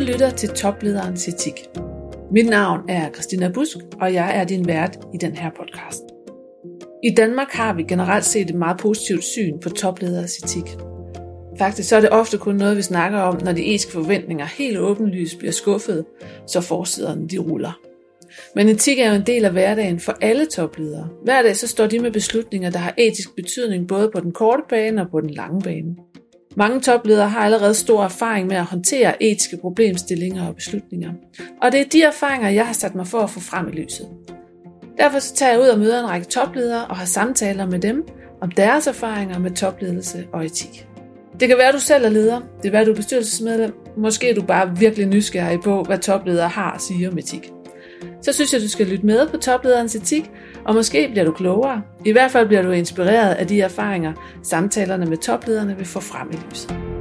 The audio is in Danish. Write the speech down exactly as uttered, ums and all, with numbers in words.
lytter til Toplederens Etik. Mit navn er Christina Busk, og jeg er din vært i den her podcast. I Danmark har vi generelt set et meget positivt syn på toplederes etik. Faktisk så er det ofte kun noget, vi snakker om, når de etiske forventninger helt åbenlyst bliver skuffet, så forsiderne de ruller. Men etik er jo en del af hverdagen for alle topledere. Hver dag så står de med beslutninger, der har etisk betydning både på den korte bane og på den lange bane. Mange topledere har allerede stor erfaring med at håndtere etiske problemstillinger og beslutninger. Og det er de erfaringer, jeg har sat mig for at få frem i lyset. Derfor så tager jeg ud og møder en række topledere og har samtaler med dem om deres erfaringer med topledelse og etik. Det kan være, at du selv er leder, det kan være, at du er bestyrelsesmedlem, måske er du bare virkelig nysgerrig på, hvad topledere har at sige om etik. Så synes jeg, du skal lytte med på Toplederens Etik, og måske bliver du klogere. I hvert fald bliver du inspireret af de erfaringer, samtalerne med toplederne vil få frem i lyset.